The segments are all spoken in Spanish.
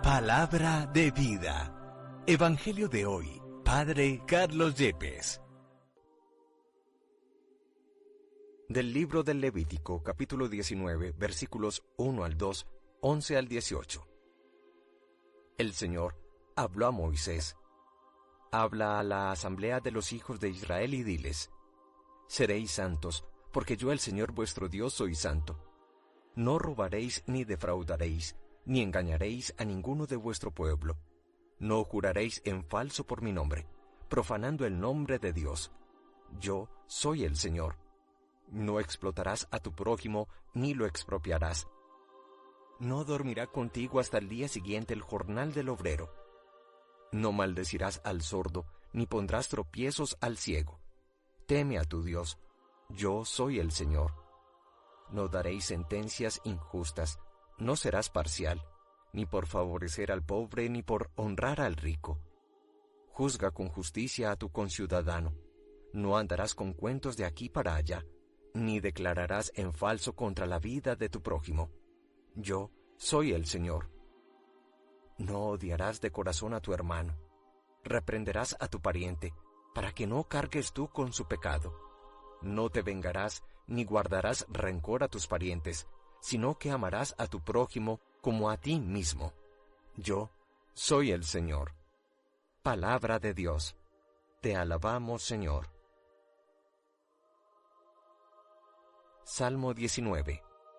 Palabra de vida. Evangelio de hoy. Padre Carlos Yepes. Del libro del Levítico, capítulo 19, versículos 1 al 2, 11 al 18. El Señor habló a Moisés. Habla a la asamblea de los hijos de Israel y diles: Seréis santos, porque yo el Señor vuestro Dios soy santo. No robaréis ni defraudaréis, ni engañaréis a ninguno de vuestro pueblo. No juraréis en falso por mi nombre, profanando el nombre de Dios. Yo soy el Señor. No explotarás a tu prójimo, ni lo expropiarás. No dormirá contigo hasta el día siguiente el jornal del obrero. No maldecirás al sordo, ni pondrás tropiezos al ciego. Teme a tu Dios. Yo soy el Señor. No daréis sentencias injustas. No serás parcial, ni por favorecer al pobre, ni por honrar al rico. Juzga con justicia a tu conciudadano. No andarás con cuentos de aquí para allá, ni declararás en falso contra la vida de tu prójimo. Yo soy el Señor. No odiarás de corazón a tu hermano. Reprenderás a tu pariente, para que no cargues tú con su pecado. No te vengarás, ni guardarás rencor a tus parientes, sino que amarás a tu prójimo como a ti mismo. Yo soy el Señor. Palabra de Dios. Te alabamos, Señor. Salmo 19.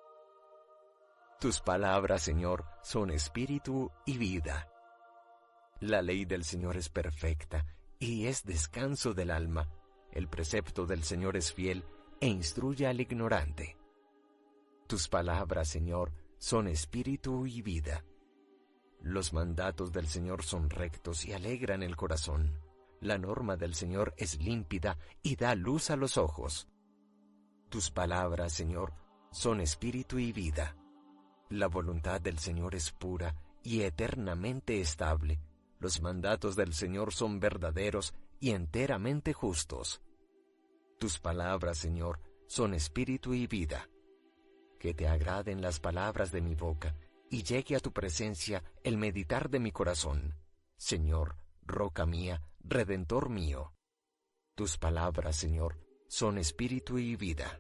Tus palabras, Señor, son espíritu y vida. La ley del Señor es perfecta, y es descanso del alma. El precepto del Señor es fiel, e instruye al ignorante. Tus palabras, Señor, son espíritu y vida. Los mandatos del Señor son rectos y alegran el corazón. La norma del Señor es límpida y da luz a los ojos. Tus palabras, Señor, son espíritu y vida. La voluntad del Señor es pura y eternamente estable. Los mandatos del Señor son verdaderos y enteramente justos. Tus palabras, Señor, son espíritu y vida. Que te agraden las palabras de mi boca, y llegue a tu presencia el meditar de mi corazón. Señor, roca mía, redentor mío. Tus palabras, Señor, son espíritu y vida.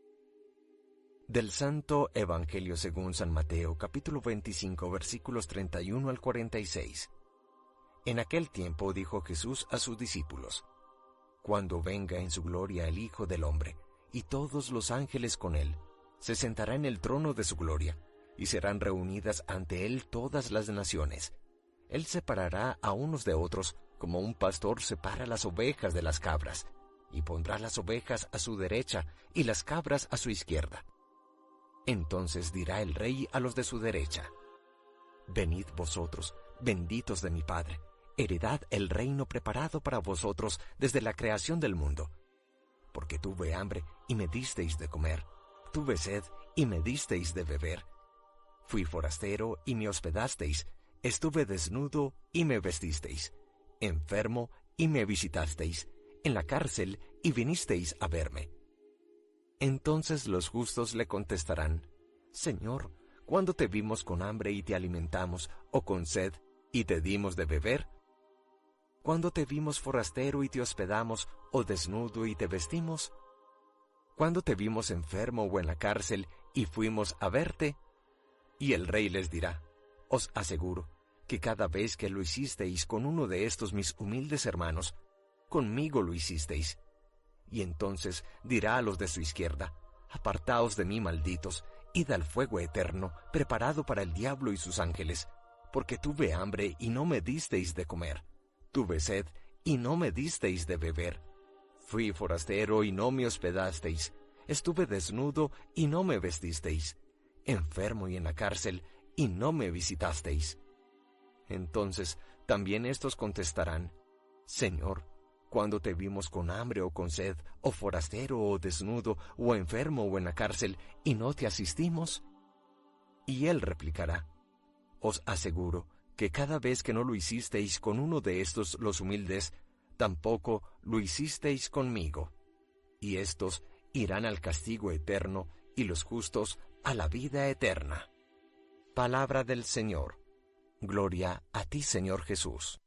Del Santo Evangelio según San Mateo, capítulo 25, versículos 31 al 46. En aquel tiempo dijo Jesús a sus discípulos: Cuando venga en su gloria el Hijo del Hombre, y todos los ángeles con él, se sentará en el trono de su gloria, y serán reunidas ante él todas las naciones. Él separará a unos de otros, como un pastor separa las ovejas de las cabras, y pondrá las ovejas a su derecha y las cabras a su izquierda. Entonces dirá el Rey a los de su derecha: Venid vosotros, benditos de mi Padre, heredad el reino preparado para vosotros desde la creación del mundo. Porque tuve hambre y me disteis de comer, tuve sed y me disteis de beber. Fui forastero y me hospedasteis, estuve desnudo y me vestisteis, enfermo y me visitasteis, en la cárcel y vinisteis a verme. Entonces los justos le contestarán: Señor, ¿cuándo te vimos con hambre y te alimentamos, o con sed y te dimos de beber? ¿Cuándo te vimos forastero y te hospedamos, o desnudo y te vestimos? ¿Cuándo te vimos enfermo o en la cárcel y fuimos a verte? Y el Rey les dirá: Os aseguro que cada vez que lo hicisteis con uno de estos mis humildes hermanos, conmigo lo hicisteis. Y entonces dirá a los de su izquierda: Apartaos de mí, malditos, id al fuego eterno, preparado para el diablo y sus ángeles, porque tuve hambre y no me disteis de comer, tuve sed y no me disteis de beber. Fui forastero y no me hospedasteis, estuve desnudo y no me vestisteis, enfermo y en la cárcel y no me visitasteis. Entonces también estos contestarán: Señor, ¿cuándo te vimos con hambre o con sed, o forastero o desnudo, o enfermo o en la cárcel, y no te asistimos? Y él replicará: Os aseguro que cada vez que no lo hicisteis con uno de estos los humildes, tampoco lo hicisteis conmigo. Y estos irán al castigo eterno, y los justos a la vida eterna. Palabra del Señor. Gloria a ti, Señor Jesús.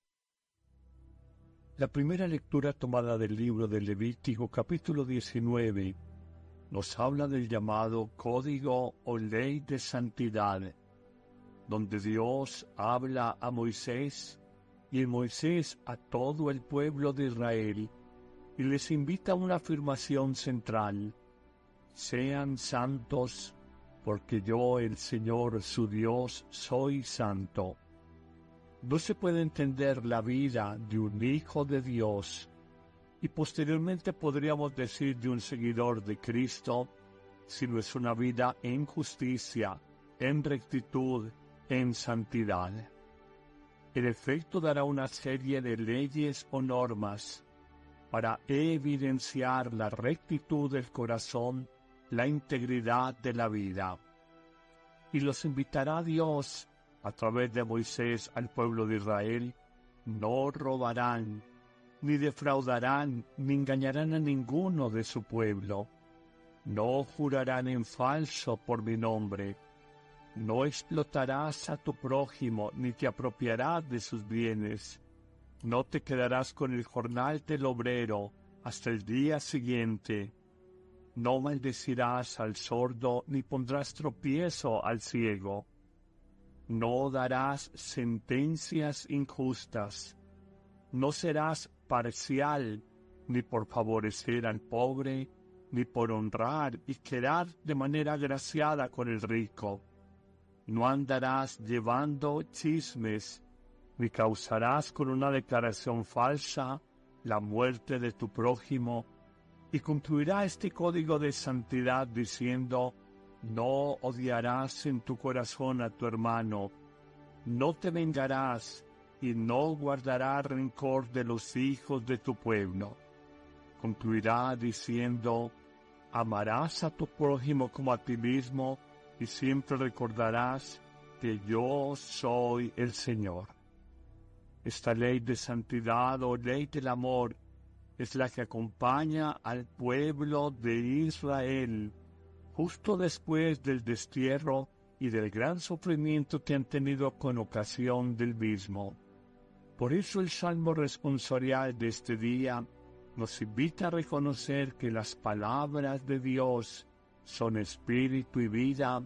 La primera lectura tomada del libro de Levítico, capítulo 19, nos habla del llamado Código o Ley de Santidad, donde Dios habla a Moisés y Moisés a todo el pueblo de Israel y les invita a una afirmación central: sean santos, porque yo, el Señor su Dios, soy santo. No se puede entender la vida de un hijo de Dios, y posteriormente podríamos decir de un seguidor de Cristo, si no es una vida en justicia, en rectitud, en santidad. El efecto dará una serie de leyes o normas para evidenciar la rectitud del corazón, la integridad de la vida. Y los invitará Dios, a través de Moisés, al pueblo de Israel: no robarán, ni defraudarán, ni engañarán a ninguno de su pueblo. No jurarán en falso por mi nombre. No explotarás a tu prójimo, ni te apropiarás de sus bienes. No te quedarás con el jornal del obrero hasta el día siguiente. No maldecirás al sordo, ni pondrás tropiezo al ciego. No darás sentencias injustas. No serás parcial, ni por favorecer al pobre, ni por honrar y quedar de manera agraciada con el rico. No andarás llevando chismes, ni causarás con una declaración falsa la muerte de tu prójimo. Y concluirá este código de santidad diciendo: no odiarás en tu corazón a tu hermano, no te vengarás y no guardarás rencor de los hijos de tu pueblo. Concluirá diciendo: amarás a tu prójimo como a ti mismo y siempre recordarás que yo soy el Señor. Esta ley de santidad o ley del amor es la que acompaña al pueblo de Israel justo después del destierro y del gran sufrimiento que han tenido con ocasión del mismo. Por eso el Salmo responsorial de este día nos invita a reconocer que las palabras de Dios son espíritu y vida,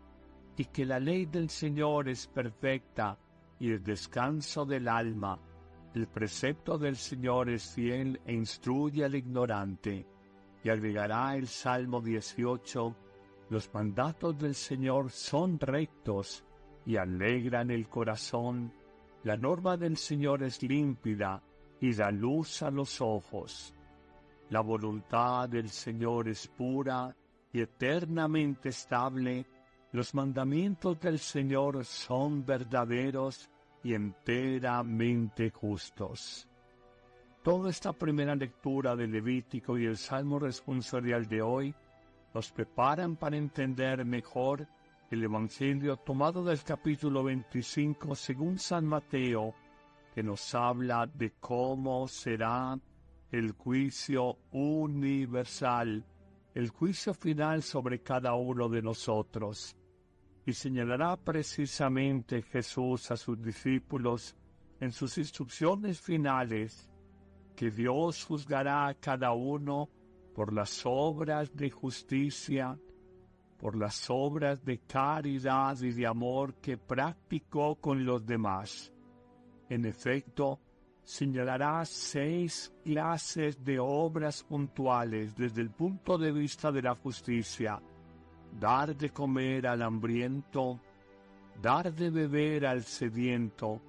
y que la ley del Señor es perfecta y el descanso del alma. El precepto del Señor es fiel e instruye al ignorante. Y agregará el Salmo 18, los mandatos del Señor son rectos y alegran el corazón. La norma del Señor es límpida y da luz a los ojos. La voluntad del Señor es pura y eternamente estable. Los mandamientos del Señor son verdaderos y enteramente justos. Toda esta primera lectura del Levítico y el Salmo responsorial de hoy nos preparan para entender mejor el Evangelio tomado del capítulo 25 según San Mateo, que nos habla de cómo será el juicio universal, el juicio final sobre cada uno de nosotros. Y señalará precisamente Jesús a sus discípulos en sus instrucciones finales que Dios juzgará a cada uno por las obras de justicia, por las obras de caridad y de amor que practicó con los demás. En efecto, señalará 6 clases de obras puntuales desde el punto de vista de la justicia: dar de comer al hambriento, dar de beber al sediento,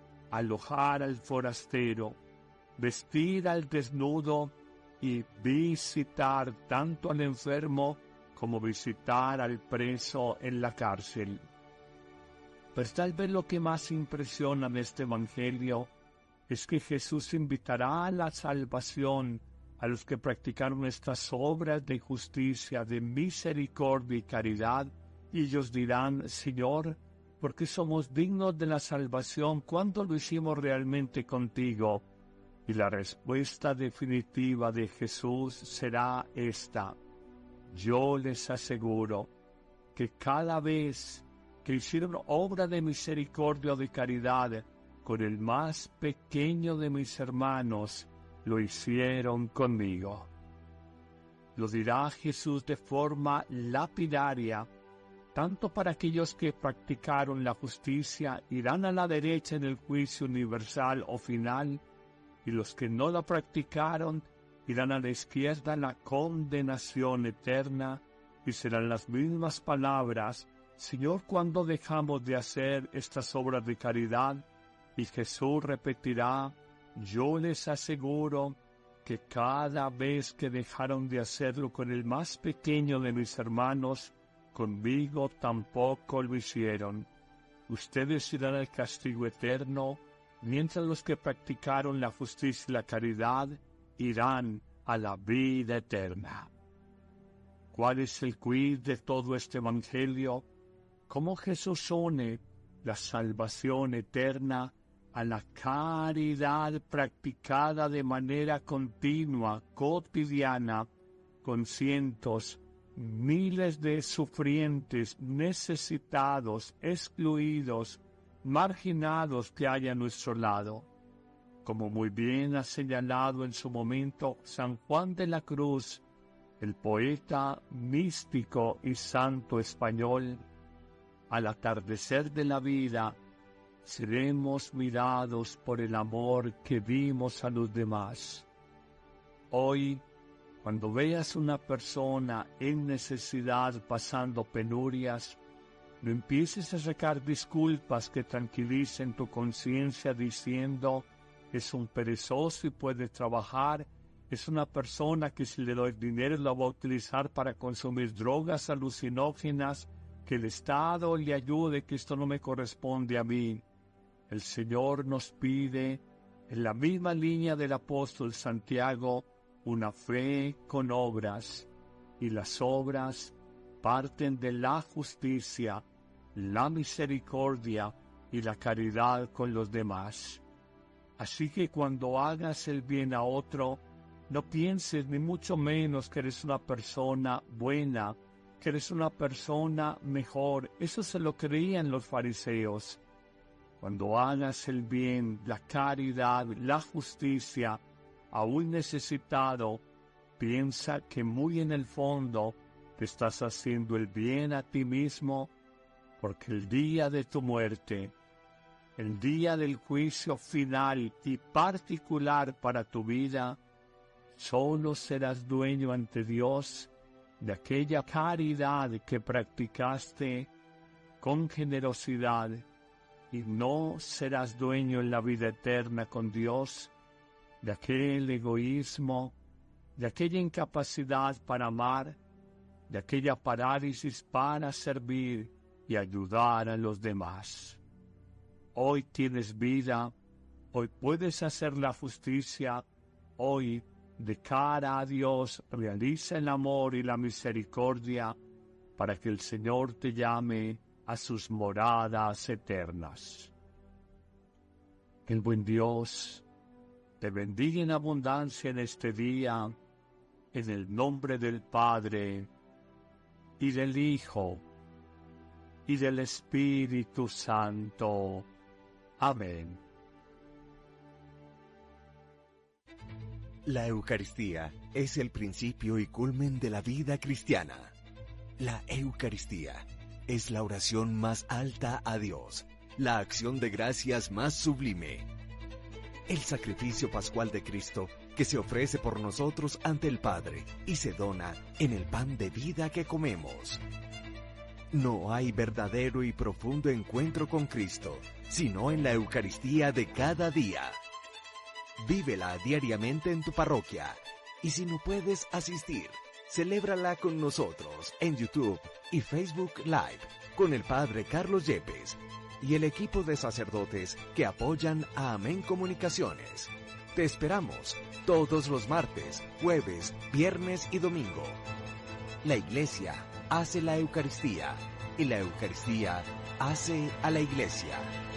alojar al forastero, vestir al desnudo y visitar tanto al enfermo como visitar al preso en la cárcel. Pues tal vez lo que más impresiona de este Evangelio es que Jesús invitará a la salvación a los que practicaron estas obras de justicia, de misericordia y caridad, y ellos dirán: Señor, ¿por qué somos dignos de la salvación? ¿Cuándo lo hicimos realmente contigo? Y la respuesta definitiva de Jesús será esta: yo les aseguro que cada vez que hicieron obra de misericordia o de caridad con el más pequeño de mis hermanos, lo hicieron conmigo. Lo dirá Jesús de forma lapidaria, tanto para aquellos que practicaron la justicia irán a la derecha en el juicio universal o final, y los que no la practicaron irán a la izquierda en la condenación eterna, y serán las mismas palabras: Señor, ¿cuándo dejamos de hacer estas obras de caridad? Y Jesús repetirá: yo les aseguro que cada vez que dejaron de hacerlo con el más pequeño de mis hermanos, conmigo tampoco lo hicieron. Ustedes irán al castigo eterno, mientras los que practicaron la justicia y la caridad irán a la vida eterna. ¿Cuál es el quid de todo este evangelio? Cómo Jesús une la salvación eterna a la caridad practicada de manera continua, cotidiana, con cientos, miles de sufrientes, necesitados, excluidos, marginados que hay a nuestro lado. Como muy bien ha señalado en su momento San Juan de la Cruz, el poeta místico y santo español, al atardecer de la vida, seremos mirados por el amor que vimos a los demás. Hoy, cuando veas una persona en necesidad pasando penurias, no empieces a sacar disculpas que tranquilicen tu conciencia diciendo: es un perezoso y puede trabajar, es una persona que si le doy dinero la va a utilizar para consumir drogas alucinógenas, que el Estado le ayude, que esto no me corresponde a mí. El Señor nos pide, en la misma línea del apóstol Santiago, una fe con obras, y las obras parten de la justicia, la misericordia y la caridad con los demás. Así que cuando hagas el bien a otro, no pienses ni mucho menos que eres una persona buena, que eres una persona mejor. Eso se lo creían los fariseos. Cuando hagas el bien, la caridad, la justicia a un necesitado, piensa que muy en el fondo te estás haciendo el bien a ti mismo, porque el día de tu muerte, el día del juicio final y particular para tu vida, solo serás dueño ante Dios de aquella caridad que practicaste con generosidad, y no serás dueño en la vida eterna con Dios de aquel egoísmo, de aquella incapacidad para amar, de aquella parálisis para servir y ayudar a los demás. Hoy tienes vida, hoy puedes hacer la justicia, hoy, de cara a Dios, realiza el amor y la misericordia para que el Señor te llame a sus moradas eternas. El buen Dios te bendiga en abundancia en este día, en el nombre del Padre, y del Hijo, y del Espíritu Santo. Amén. La Eucaristía es el principio y culmen de la vida cristiana. La Eucaristía es la oración más alta a Dios, la acción de gracias más sublime. El sacrificio pascual de Cristo que se ofrece por nosotros ante el Padre y se dona en el pan de vida que comemos. No hay verdadero y profundo encuentro con Cristo, sino en la Eucaristía de cada día. Vívela diariamente en tu parroquia, y si no puedes asistir, celébrala con nosotros en YouTube y Facebook Live con el Padre Carlos Yepes y el equipo de sacerdotes que apoyan a Amén Comunicaciones. Te esperamos todos los martes, jueves, viernes y domingo. La Iglesia hace la Eucaristía y la Eucaristía hace a la Iglesia.